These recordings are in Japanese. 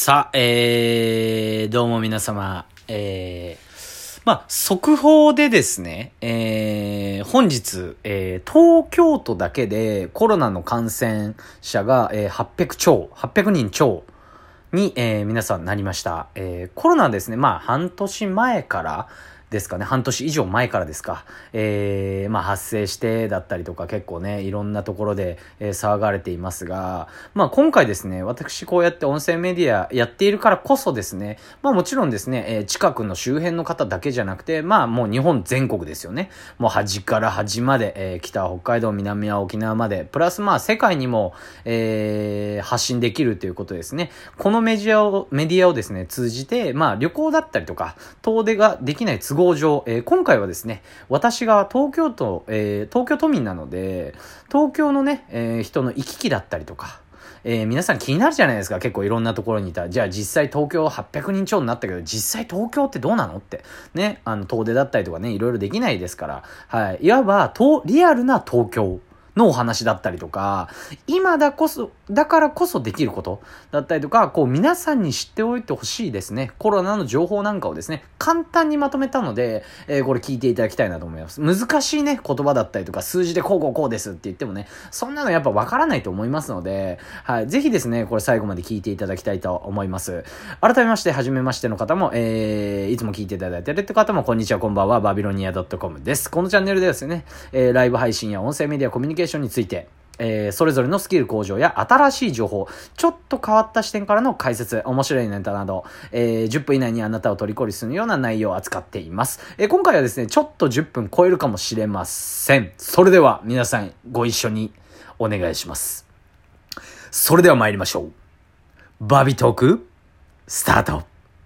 さあ、どうも皆様、速報でですね、本日、東京都だけでコロナの感染者が、800人超に、皆さんなりました。コロナですね、半年前からですかね、半年以上前からですか、発生してだったりとか結構ね、いろんなところで、騒がれていますが、今回ですね、私こうやって音声メディアやっているからこそですね、もちろんですね、近くの周辺の方だけじゃなくて、もう日本全国ですよね。もう端から端まで、北は北海道、南は沖縄まで、プラス世界にも、発信できるということですね。このメディアをですね、通じて、旅行だったりとか、遠出ができない都合上、今回はですね、私が東京都民なので、東京のね、人の行き来だったりとか、皆さん気になるじゃないですか。結構いろんなところにいたら。じゃあ実際東京800人超になったけど、実際東京ってどうなのって。ね。遠出だったりとかね、いろいろできないですから。はい。いわば、リアルな東京のお話だったりとか、今だからこそできることだったりとか、皆さんに知っておいてほしいですね。コロナの情報なんかをですね、簡単にまとめたので、これ聞いていただきたいなと思います。難しいね、言葉だったりとか、数字でこうですって言ってもね、そんなのやっぱわからないと思いますので、はい。ぜひですね、これ最後まで聞いていただきたいと思います。改めまして、初めましての方も、いつも聞いていただいているって方も、こんにちは、こんばんは、バビロニア .com です。このチャンネルではですね、ライブ配信や音声メディア、コミュニケーションについて、それぞれのスキル向上や新しい情報、ちょっと変わった視点からの解説、面白いネタなど、10分以内にあなたを虜にするような内容を扱っています。今回はですね、ちょっと10分超えるかもしれません。それでは皆さんご一緒にお願いします。それでは参りましょう。バビトーク、スタート。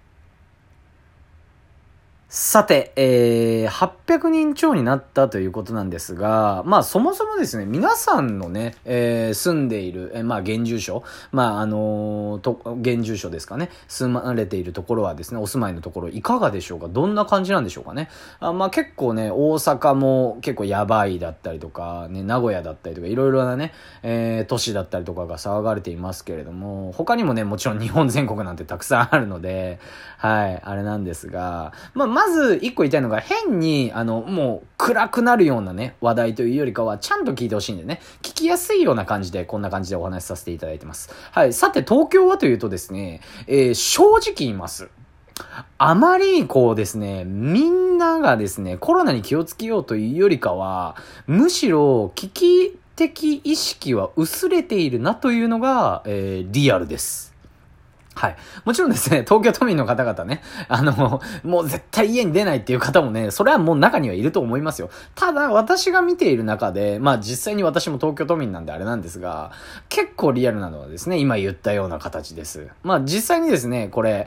さて、800人超になったということなんですが、そもそもですね、皆さんのね、住んでいる、現住所、現住所ですかね、住まれているところはですね、お住まいのところいかがでしょうか？どんな感じなんでしょうかね。結構ね、大阪も結構やばいだったりとか、ね、名古屋だったりとか、いろいろなね、都市だったりとかが騒がれていますけれども、他にもね、もちろん日本全国なんてたくさんあるので、はい、あれなんですが、まず一個言いたいのが、変にもう暗くなるようなね話題というよりかはちゃんと聞いてほしいんでね、聞きやすいような感じでこんな感じでお話しさせていただいてます。はい。さて東京はというとですね、正直言います。あまりですね、みんながですね、コロナに気をつけようというよりかは、むしろ危機的意識は薄れているなというのが、リアルです。はい。もちろんですね、東京都民の方々ね、もう絶対家に出ないっていう方もね、それはもう中にはいると思いますよ。ただ、私が見ている中で、実際に私も東京都民なんであれなんですが、結構リアルなのはですね、今言ったような形です。実際にですね、これ、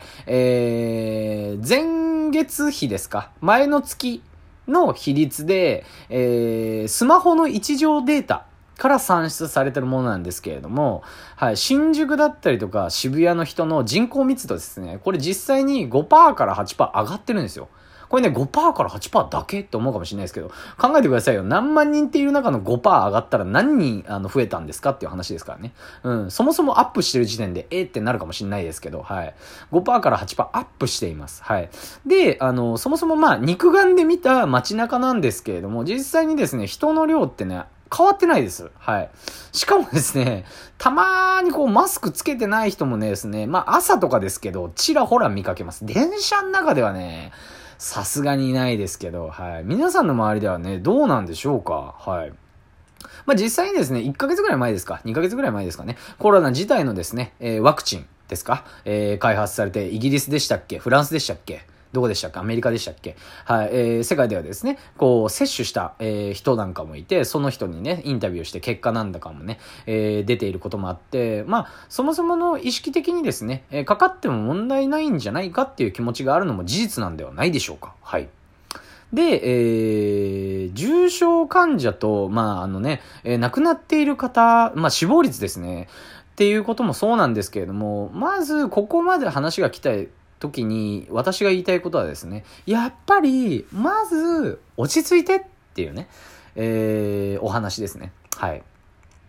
前月比ですか？前の月の比率で、スマホの位置上データ、から算出されてるものなんですけれども、はい、新宿だったりとか渋谷の人の人口密度ですね。これ実際に 5% から 8% 上がってるんですよ。これね、5% から 8% だけって思うかもしれないですけど、考えてくださいよ。何万人っている中の 5% 上がったら何人増えたんですかっていう話ですからね。そもそもアップしてる時点でってなるかもしれないですけど、はい。5% から 8% アップしています。はい。で、そもそも肉眼で見た街中なんですけれども、実際にですね、人の量ってね、変わってないです。はい。しかもですね、たまーにマスクつけてない人もねですね、朝とかですけど、ちらほら見かけます。電車の中ではね、さすがにいないですけど、はい。皆さんの周りではね、どうなんでしょうか？はい。実際にですね、1ヶ月ぐらい前ですか？ 2 ヶ月ぐらい前ですかね。コロナ自体のですね、ワクチンですか？開発されて、イギリスでしたっけ？フランスでしたっけ？どこでしたっけ？アメリカでしたっけ？はい、世界ではですね、接種した、人なんかもいて、その人にね、インタビューして結果なんだかもね、出ていることもあって、そもそもの意識的にですね、かかっても問題ないんじゃないかっていう気持ちがあるのも事実なんではないでしょうか。はい。で、重症患者と、亡くなっている方、死亡率ですね、っていうこともそうなんですけれども、まず、ここまで話が来た時に、私が言いたいことはですね、やっぱり、まず、落ち着いてっていうね、お話ですね。はい。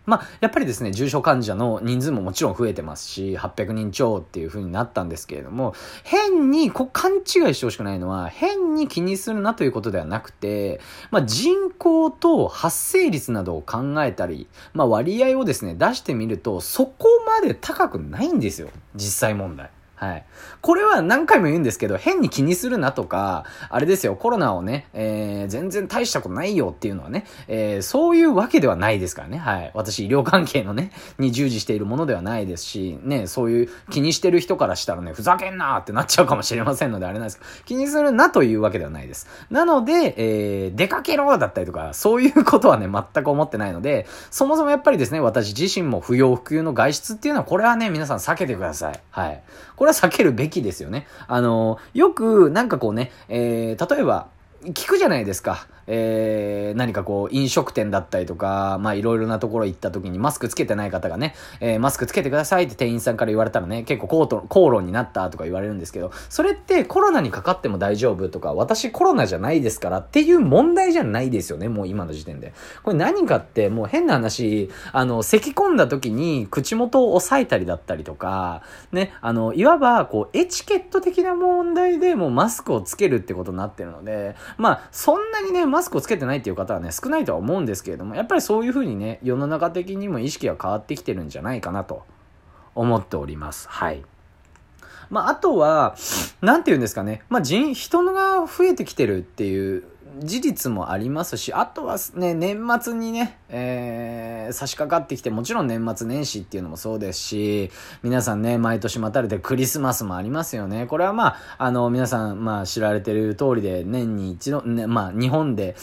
やっぱりですね、重症患者の人数ももちろん増えてますし、800人超っていう風になったんですけれども、変に勘違いしてほしくないのは、変に気にするなということではなくて、人口と発生率などを考えたり、割合をですね、出してみると、そこまで高くないんですよ。実際問題。はい。これは何回も言うんですけど、変に気にするなとか、あれですよ、コロナをね、全然大したことないよっていうのはね、そういうわけではないですからね。はい。私、医療関係のね、に従事しているものではないですし、ね、そういう気にしてる人からしたらね、ふざけんなーってなっちゃうかもしれませんので、あれなんですけど、気にするなというわけではないです。なので、出かけろだったりとか、そういうことはね、全く思ってないので、そもそもやっぱりですね、私自身も不要不急の外出っていうのは、これはね、皆さん避けてください。はい。これは避けるべきですよね。よく、例えば、聞くじゃないですか。何か飲食店だったりとか、いろいろなところ行った時にマスクつけてない方がね、マスクつけてくださいって店員さんから言われたらね、結構口論になったとか言われるんですけど、それってコロナにかかっても大丈夫とか、私コロナじゃないですからっていう問題じゃないですよね、もう今の時点で。これ何かって、もう変な話、咳込んだ時に口元を押さえたりだったりとか、ね、いわば、エチケット的な問題でもうマスクをつけるってことになってるので、そんなにね、マスクをつけてないっていう方はね、少ないとは思うんですけれども、やっぱりそういう風にね、世の中的にも意識が変わってきてるんじゃないかなと思っております。はい。あとは、なんて言うんですかね、人が増えてきてるっていう事実もありますし、あとはね、年末にね、差し掛かってきて、もちろん年末年始っていうのもそうですし、皆さんね、毎年待たれてクリスマスもありますよね。これは皆さん、知られてる通りで、年に一度、ね、日本で、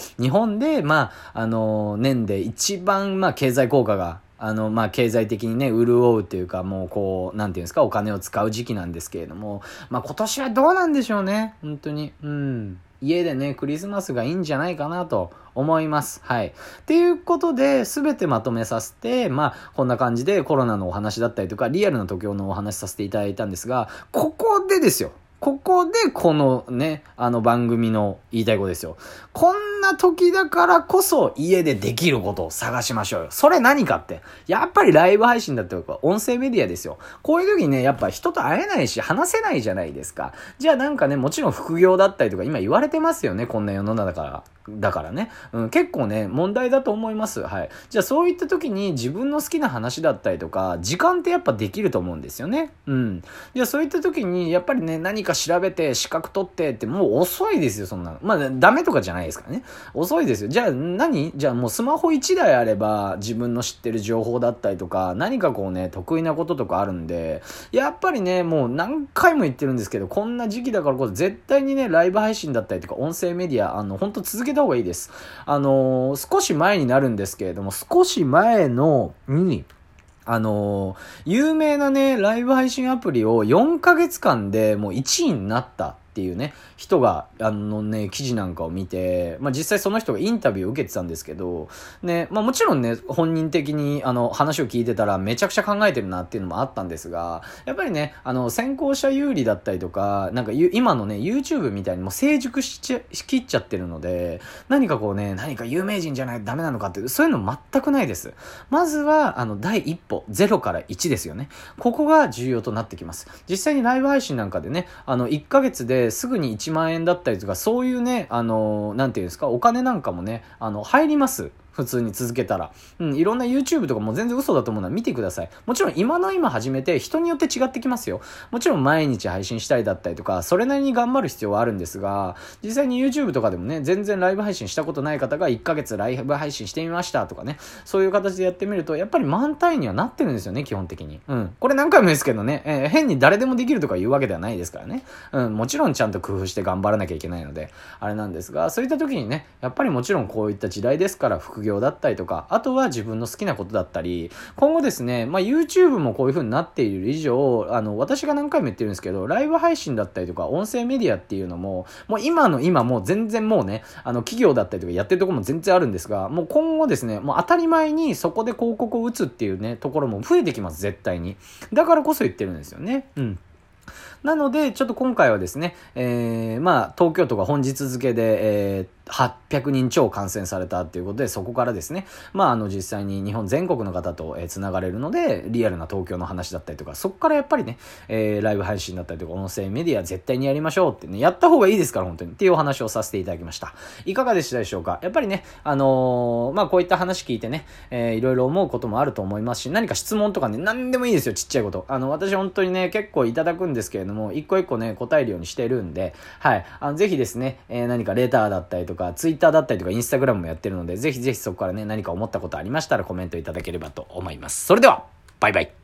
年で一番、経済効果が、経済的にね、潤うっていうか、もうなんていうんですか、お金を使う時期なんですけれども、今年はどうなんでしょうね。本当に。家でね、クリスマスがいいんじゃないかなと思います。はい。っていうことで、すべてまとめさせて、こんな感じでコロナのお話だったりとか、リアルな東京のお話させていただいたんですが、ここでですよ。ここでこのね、番組の言いたいことですよ。こんな時だからこそ家でできることを探しましょうよ。それ何かって。やっぱりライブ配信だったりとか、音声メディアですよ。こういう時にね、やっぱ人と会えないし、話せないじゃないですか。じゃあもちろん副業だったりとか、今言われてますよね。こんな世の中だからね、結構ね、問題だと思います。はい。じゃあそういった時に自分の好きな話だったりとか、時間ってやっぱできると思うんですよね。じゃあそういった時に、やっぱりね、何か調べて、資格取ってってもう遅いですよ、そんなの。ダメとかじゃないですからね。遅いですよ。じゃあじゃあもうスマホ1台あれば、自分の知ってる情報だったりとか、何か得意なこととかあるんで、やっぱりね、もう何回も言ってるんですけど、こんな時期だからこそ絶対にね、ライブ配信だったりとか、音声メディア、本当続けた方がいいです。少し前になるんですけれども、少し前に、有名なね、ライブ配信アプリを4ヶ月間でもう1位になったっていうね、人が、記事なんかを見て、実際その人がインタビューを受けてたんですけど、ね、もちろんね、本人的に、話を聞いてたらめちゃくちゃ考えてるなっていうのもあったんですが、やっぱりね、先行者有利だったりとか、今のね、YouTube みたいにもう成熟しきっちゃってるので、何か有名人じゃないとダメなのかって、そういうの全くないです。まずは、第一歩、0から1ですよね。ここが重要となってきます。実際にライブ配信なんかでね、1ヶ月ですぐに1万円だったりとか、そういうね、なんていうんですか、お金なんかもね、入ります。普通に続けたら。いろんな YouTube とかも全然嘘だと思うのは見てください。もちろん今始めて人によって違ってきますよ。もちろん毎日配信したりだったりとか、それなりに頑張る必要はあるんですが、実際に YouTube とかでもね、全然ライブ配信したことない方が1ヶ月ライブ配信してみましたとかね、そういう形でやってみると、やっぱり満単位にはなってるんですよね、基本的に。これ何回も言うんですけどね、変に誰でもできるとか言うわけではないですからね。もちろんちゃんと工夫して頑張らなきゃいけないので、あれなんですが、そういった時にね、やっぱりもちろんこういった時代ですから、副業だったりとか、あとは自分の好きなことだったり、今後ですね、YouTube もこういう風になっている以上、私が何回も言ってるんですけど、ライブ配信だったりとか、音声メディアっていうのも、もう今もう全然もうね、企業だったりとかやってるところも全然あるんですが、もう今後ですね、もう当たり前にそこで広告を打つっていうね、ところも増えてきます、絶対に。だからこそ言ってるんですよね。なので、ちょっと今回はですね、東京都が本日付で、 800人超感染されたっていうことで、そこからですね、実際に日本全国の方とつながれるので、リアルな東京の話だったりとか、そこからやっぱりね、ライブ配信だったりとか、音声メディア絶対にやりましょうってね、やった方がいいですから、本当に。っていうお話をさせていただきました。いかがでしたでしょうか？やっぱりね、こういった話聞いてね、いろいろ思うこともあると思いますし、何か質問とかね、何でもいいですよ、ちっちゃいこと。私本当にね、結構いただくんですけれども、一個一個ね、答えるようにしてるんで、はい、ぜひですね、何かレターだったりとか、ツイッターだったりとか、インスタグラムもやってるので、ぜひぜひそこからね、何か思ったことありましたらコメントいただければと思います。それでは、バイバイ。